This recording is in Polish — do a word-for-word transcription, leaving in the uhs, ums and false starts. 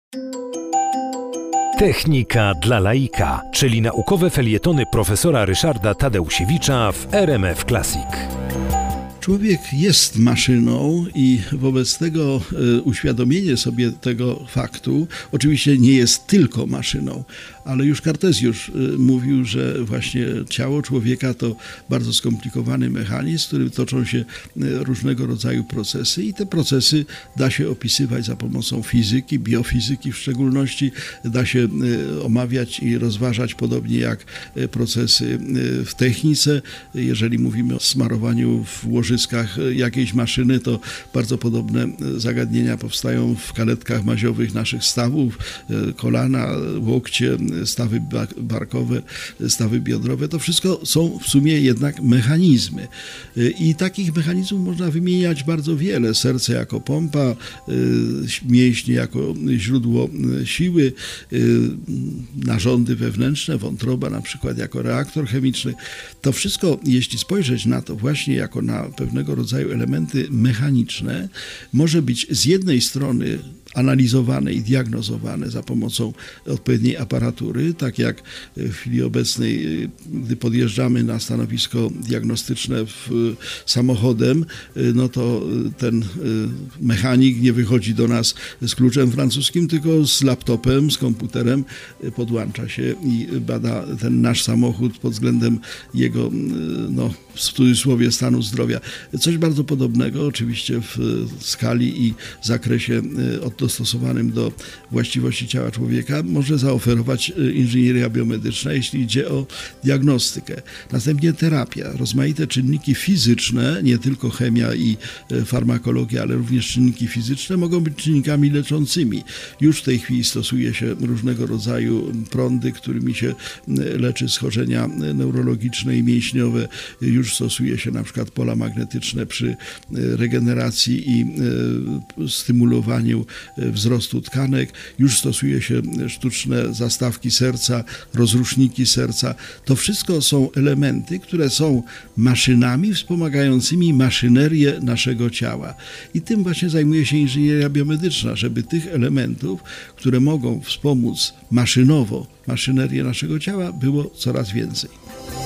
Technika dla laika, czyli naukowe felietony profesora Ryszarda Tadeusiewicza w R M F Classic. Człowiek jest maszyną i wobec tego y, uświadomienie sobie tego faktu oczywiście nie jest tylko maszyną, ale już Kartezjusz y, mówił, że właśnie ciało człowieka to bardzo skomplikowany mechanizm, w którym toczą się y, różnego rodzaju procesy i te procesy da się opisywać za pomocą fizyki, biofizyki w szczególności, da się y, omawiać i rozważać podobnie jak y, procesy y, w technice. Jeżeli mówimy o smarowaniu w łożysku jakiejś maszyny, to bardzo podobne zagadnienia powstają w kaletkach maziowych naszych stawów, kolana, łokcie, stawy barkowe, stawy biodrowe. To wszystko są w sumie jednak mechanizmy. I takich mechanizmów można wymieniać bardzo wiele. Serce jako pompa, mięśnie jako źródło siły, narządy wewnętrzne, wątroba na przykład jako reaktor chemiczny. To wszystko, jeśli spojrzeć na to właśnie jako na pewnego rodzaju elementy mechaniczne, może być z jednej strony analizowane i diagnozowane za pomocą odpowiedniej aparatury, tak jak w chwili obecnej, gdy podjeżdżamy na stanowisko diagnostyczne w samochodem, no to ten mechanik nie wychodzi do nas z kluczem francuskim, tylko z laptopem, z komputerem, podłącza się i bada ten nasz samochód pod względem jego, no, w cudzysłowie, stanu zdrowia. Coś bardzo podobnego oczywiście w skali i zakresie od dostosowanym do właściwości ciała człowieka może zaoferować inżynieria biomedyczna, jeśli idzie o diagnostykę. Następnie terapia. Rozmaite czynniki fizyczne, nie tylko chemia i farmakologia, ale również czynniki fizyczne mogą być czynnikami leczącymi. Już w tej chwili stosuje się różnego rodzaju prądy, którymi się leczy schorzenia neurologiczne i mięśniowe. Już stosuje się na przykład pola magnetyczne przy regeneracji i stymulowaniu wzrostu tkanek. Już stosuje się sztuczne zastawki serca, rozruszniki serca. To wszystko są elementy, które są maszynami wspomagającymi maszynerię naszego ciała. I tym właśnie zajmuje się inżynieria biomedyczna, żeby tych elementów, które mogą wspomóc maszynowo maszynerię naszego ciała, było coraz więcej.